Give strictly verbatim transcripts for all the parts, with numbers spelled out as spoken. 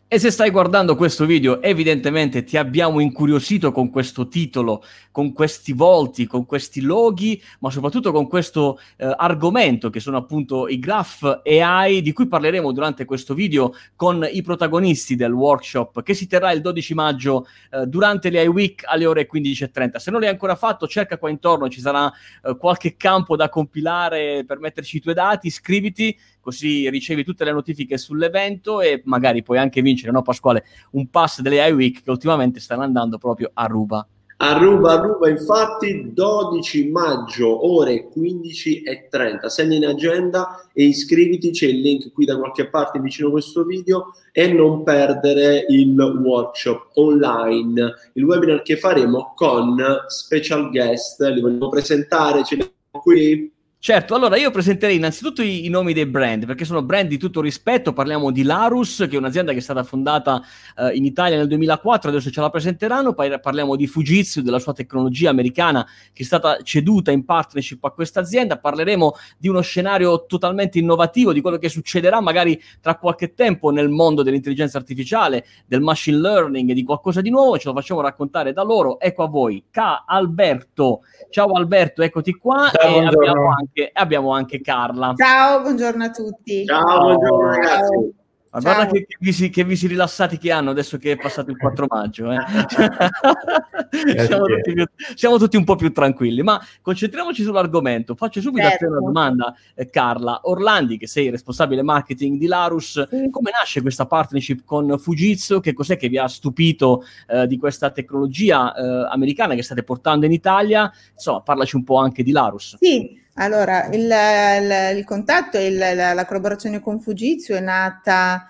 E se stai guardando questo video, evidentemente ti abbiamo incuriosito con questo titolo, con questi volti, con questi loghi, ma soprattutto con questo eh, argomento che sono appunto i graph A I, di cui parleremo durante questo video con i protagonisti del workshop che si terrà il dodici maggio eh, durante l'A I Week alle ore quindici e trenta. Se non l'hai ancora fatto, cerca qua intorno, ci sarà eh, qualche campo da compilare per metterci i tuoi dati, iscriviti, così ricevi tutte le notifiche sull'evento e magari puoi anche vincere, no Pasquale, un pass delle A I Week che ultimamente stanno andando proprio a ruba. A ruba, a ruba, infatti dodici maggio, ore quindici e trenta. Segna in agenda e iscriviti, c'è il link qui da qualche parte vicino a questo video, e non perdere il workshop online, il webinar che faremo con special guest. Li vogliamo presentare, ce li abbiamo qui? Certo, allora io presenterei innanzitutto i, i nomi dei brand, perché sono brand di tutto rispetto. Parliamo di Larus, che è un'azienda che è stata fondata eh, in Italia nel duemilaquattro, adesso ce la presenteranno. Poi parliamo di Fujitsu, della sua tecnologia americana che è stata ceduta in partnership a questa azienda. Parleremo di uno scenario totalmente innovativo, di quello che succederà magari tra qualche tempo nel mondo dell'intelligenza artificiale, del machine learning, di qualcosa di nuovo. Ce lo facciamo raccontare da loro. Ecco a voi, K. Alberto. Ciao Alberto, eccoti qua. Ciao, e buongiorno. abbiamo anche abbiamo anche Carla. Ciao, buongiorno a tutti. Ciao, buongiorno ragazzi. Ciao. Ma guarda che, che, vi si, che vi si rilassati che hanno adesso che è passato il quattro maggio. Eh. siamo, tutti più, siamo tutti un po' più tranquilli, ma concentriamoci sull'argomento. Faccio subito Certo. a te una domanda, eh, Carla. Orlandi, che sei responsabile marketing di Larus, Sì. come nasce questa partnership con Fujitsu? Che cos'è che vi ha stupito eh, di questa tecnologia eh, americana che state portando in Italia? Insomma, parlaci un po' anche di Larus. Sì, allora il, il, il contatto e la, la collaborazione con Fujitsu è nata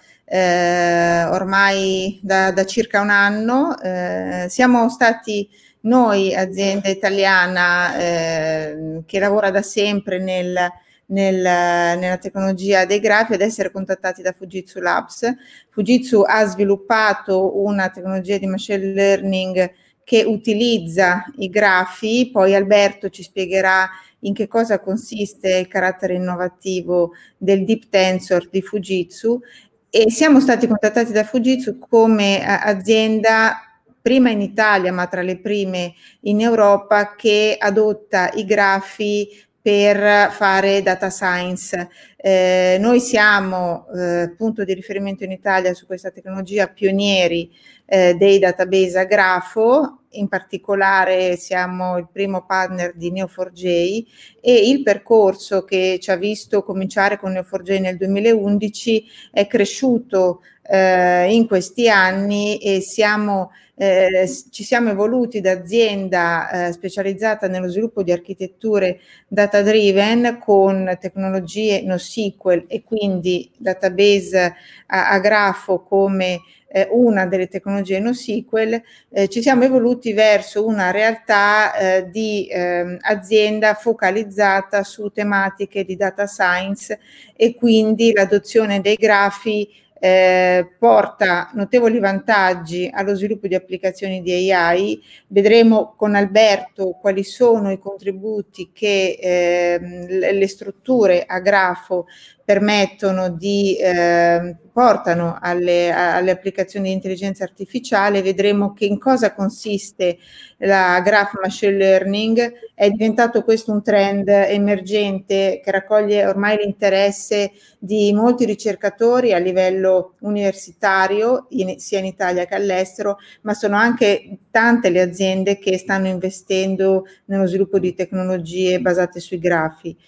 eh, ormai da, da circa un anno. Eh, siamo stati noi, azienda italiana eh, che lavora da sempre nel, nel, nella tecnologia dei grafi, ad essere contattati da Fujitsu Labs. Fujitsu ha sviluppato una tecnologia di machine learning che utilizza i grafi. Poi Alberto ci spiegherà in che cosa consiste il carattere innovativo del Deep Tensor di Fujitsu, e siamo stati contattati da Fujitsu come azienda prima in Italia, ma tra le prime in Europa, che adotta i grafi per fare data science. Eh, noi siamo eh, punto di riferimento in Italia su questa tecnologia, pionieri eh, dei database a grafo. In particolare siamo il primo partner di neo four j, e il percorso che ci ha visto cominciare con neo four j nel duemilaundici è cresciuto eh, in questi anni, e siamo Eh, ci siamo evoluti da azienda eh, specializzata nello sviluppo di architetture data driven con tecnologie NoSQL e quindi database a, a grafo come eh, una delle tecnologie NoSQL. Eh, ci siamo evoluti verso una realtà eh, di eh, azienda focalizzata su tematiche di data science, e quindi l'adozione dei grafi Eh, porta notevoli vantaggi allo sviluppo di applicazioni di A I. Vedremo con Alberto quali sono i contributi che eh, le strutture a grafo permettono di eh, portano alle, alle applicazioni di intelligenza artificiale. Vedremo che in cosa consiste la graph machine learning. È diventato questo un trend emergente che raccoglie ormai l'interesse di molti ricercatori a livello universitario, in, sia in Italia che all'estero, ma sono anche tante le aziende che stanno investendo nello sviluppo di tecnologie basate sui grafi.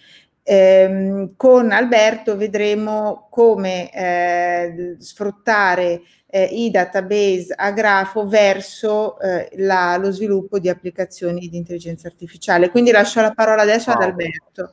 Eh, con Alberto vedremo come eh, sfruttare eh, i database a grafo verso eh, la, lo sviluppo di applicazioni di intelligenza artificiale. Quindi lascio la parola adesso ad Alberto.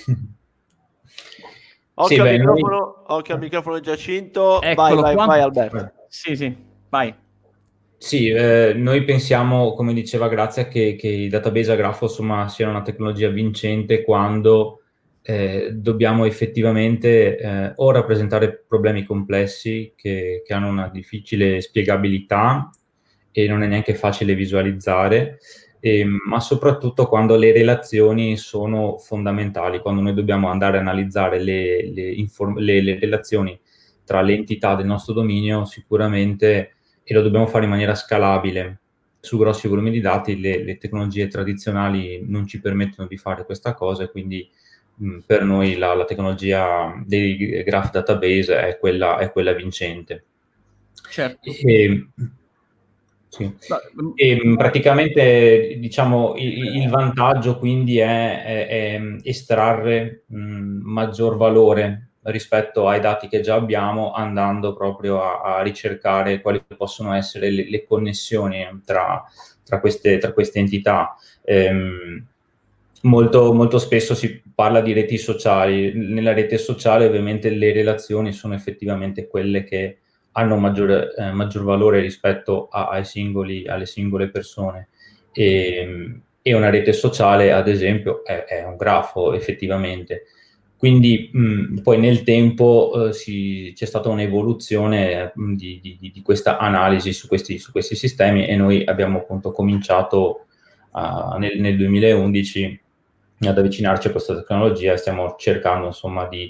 Occhio, Sì, al, beh, microfono, noi... occhio al microfono Giacinto. Eccolo vai, vai, qua. vai Alberto. Sì, sì, vai. Sì, eh, noi pensiamo, come diceva Grazia, che, che i database a grafo insomma siano una tecnologia vincente quando eh, dobbiamo effettivamente eh, o rappresentare problemi complessi che, che hanno una difficile spiegabilità e non è neanche facile visualizzare, eh, ma soprattutto quando le relazioni sono fondamentali, quando noi dobbiamo andare a analizzare le, le, inform- le, le relazioni tra le entità del nostro dominio, sicuramente, e lo dobbiamo fare in maniera scalabile su grossi volumi di dati, le, le tecnologie tradizionali non ci permettono di fare questa cosa, e quindi mh, per noi la, la tecnologia dei graph database è quella, è quella vincente. Certo. E, sì. E praticamente, diciamo, il, il vantaggio quindi è, è, è estrarre mh, maggior valore rispetto ai dati che già abbiamo, andando proprio a, a ricercare quali possono essere le, le connessioni tra, tra, queste, tra queste entità. Ehm, molto, molto spesso si parla di reti sociali. Nella rete sociale ovviamente le relazioni sono effettivamente quelle che hanno maggior, eh, maggior valore rispetto a, ai singoli, alle singole persone. E, e una rete sociale, ad esempio, è, è un grafo, effettivamente. Quindi mh, poi nel tempo eh, si, c'è stata un'evoluzione mh, di, di, di questa analisi su questi, su questi sistemi, e noi abbiamo appunto cominciato uh, nel, nel duemilaundici ad avvicinarci a questa tecnologia, e stiamo cercando insomma di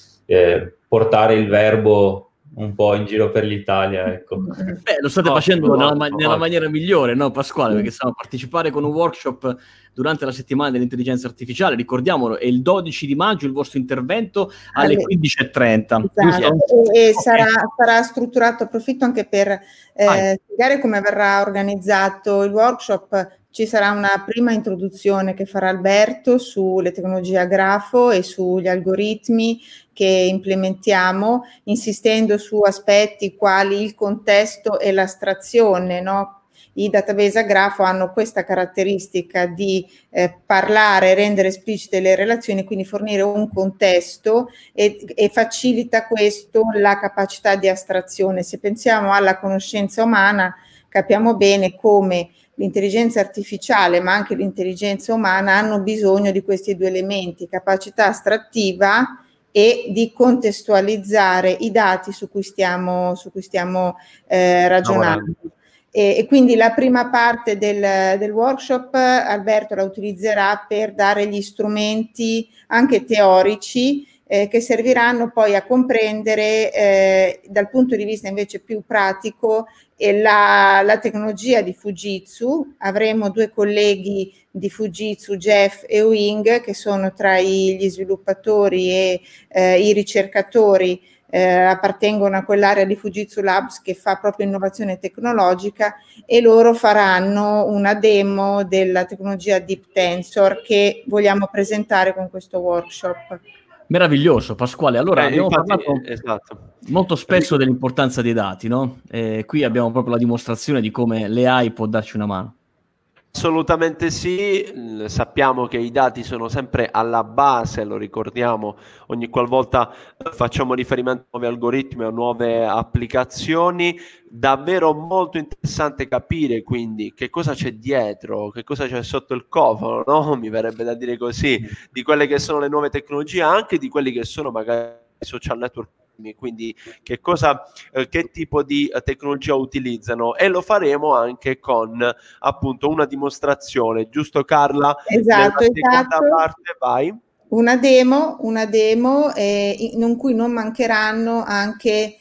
eh, portare il verbo un po' in giro per l'Italia, ecco. Beh, lo state Oh, facendo oh, nella, oh, ma- oh. nella maniera migliore, no Pasquale? Perché stiamo a partecipare con un workshop durante la settimana dell'intelligenza artificiale, ricordiamolo, è il dodici di maggio il vostro intervento alle, alle... quindici e trenta. Esatto. E, e okay. sarà, sarà strutturato, approfitto anche per eh, spiegare come verrà organizzato il workshop. Ci sarà una prima introduzione che farà Alberto sulle tecnologie a grafo e sugli algoritmi che implementiamo, insistendo su aspetti quali il contesto e l'astrazione, no? I database a grafo hanno questa caratteristica di eh, parlare, rendere esplicite le relazioni, quindi fornire un contesto, e, e facilita questo la capacità di astrazione. Se pensiamo alla conoscenza umana, capiamo bene come l'intelligenza artificiale, ma anche l'intelligenza umana, hanno bisogno di questi due elementi: capacità astrattiva e di contestualizzare i dati su cui stiamo, su cui stiamo eh, ragionando. E, e quindi la prima parte del, del workshop Alberto la utilizzerà per dare gli strumenti anche teorici eh, che serviranno poi a comprendere eh, dal punto di vista invece più pratico e la, la tecnologia di Fujitsu. Avremo due colleghi di Fujitsu, Jeff e Wing, che sono tra i, gli sviluppatori e eh, i ricercatori, eh, appartengono a quell'area di Fujitsu Labs che fa proprio innovazione tecnologica, e loro faranno una demo della tecnologia Deep Tensor che vogliamo presentare con questo workshop. Meraviglioso, Pasquale. Allora, eh, abbiamo infatti, parlato esatto. molto spesso dell'importanza dei dati, no? E qui abbiamo proprio la dimostrazione di come l'A I può darci una mano. Assolutamente sì, sappiamo che i dati sono sempre alla base, lo ricordiamo ogni qualvolta facciamo riferimento a nuovi algoritmi o nuove applicazioni. Davvero molto interessante capire quindi che cosa c'è dietro, che cosa c'è sotto il cofano, no? Mi verrebbe da dire così, di quelle che sono le nuove tecnologie, anche di quelli che sono magari i social network. Quindi che cosa, eh, che tipo di eh, tecnologia utilizzano, e lo faremo anche con appunto una dimostrazione, giusto Carla? Esatto, Nella seconda esatto. parte, vai. Una demo, una demo eh, in cui non mancheranno anche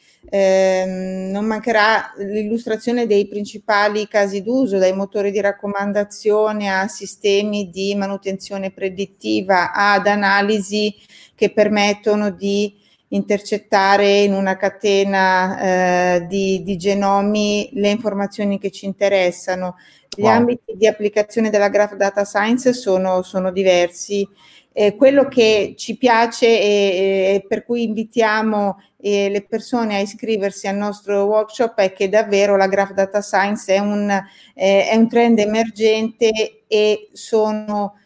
ehm, non mancherà l'illustrazione dei principali casi d'uso, dai motori di raccomandazione a sistemi di manutenzione predittiva ad analisi che permettono di intercettare in una catena eh, di, di genomi le informazioni che ci interessano. Gli wow. ambiti di applicazione della Graph Data Science sono, sono diversi. Eh, quello che ci piace e, e per cui invitiamo eh, le persone a iscriversi al nostro workshop è che davvero la Graph Data Science è un, eh, è un trend emergente, e sono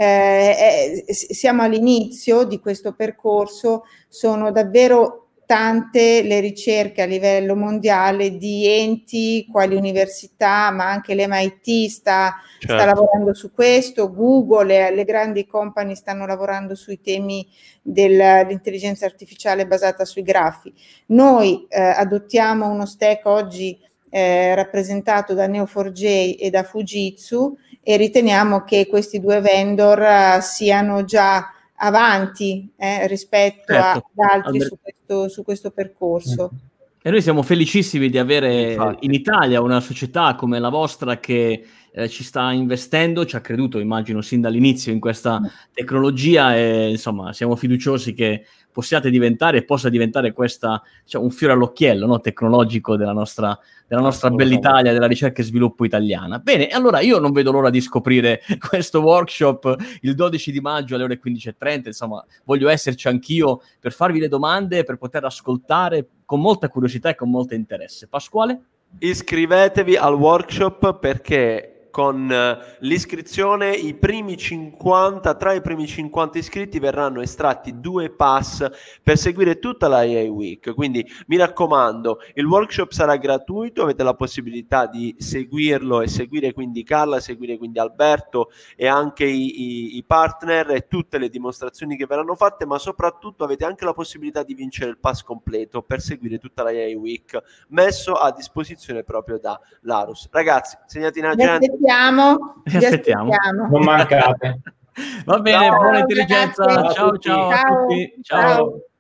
Eh, eh, siamo all'inizio di questo percorso. Sono davvero tante le ricerche a livello mondiale di enti quali università, ma anche l'M I T sta, certo. sta lavorando su questo, Google, le, le grandi company stanno lavorando sui temi dell'intelligenza artificiale basata sui grafi. Noi eh, adottiamo uno stack oggi eh, rappresentato da Neo four j e da Fujitsu, e riteniamo che questi due vendor uh, siano già avanti eh, rispetto certo. ad altri Alber- su questo, su questo percorso. E noi siamo felicissimi di avere Infatti. in Italia una società come la vostra che eh, ci sta investendo, ci ha creduto, immagino, sin dall'inizio in questa tecnologia e insomma siamo fiduciosi che possiate diventare e possa diventare questa, cioè, un fiore all'occhiello, no, tecnologico della nostra, della nostra bella Italia, della ricerca e sviluppo italiana. Bene, allora io non vedo l'ora di scoprire questo workshop il dodici di maggio alle ore quindici e trenta, insomma voglio esserci anch'io per farvi le domande, per poter ascoltare con molta curiosità e con molto interesse. Pasquale? Iscrivetevi al workshop perché con l'iscrizione i primi cinquanta, tra i primi cinquanta iscritti verranno estratti due pass per seguire tutta la A I Week. Quindi mi raccomando, il workshop sarà gratuito, avete la possibilità di seguirlo e seguire quindi Carla, seguire quindi Alberto e anche i, i, i partner e tutte le dimostrazioni che verranno fatte, ma soprattutto avete anche la possibilità di vincere il pass completo per seguire tutta la A I Week messo a disposizione proprio da Larus. Ragazzi, segnati in agenda. Vi aspettiamo, Vi aspettiamo. Non mancate. Va bene, Ciao, buona intelligenza. grazie. Ciao, ciao, Ciao. a tutti. Ciao. Ciao.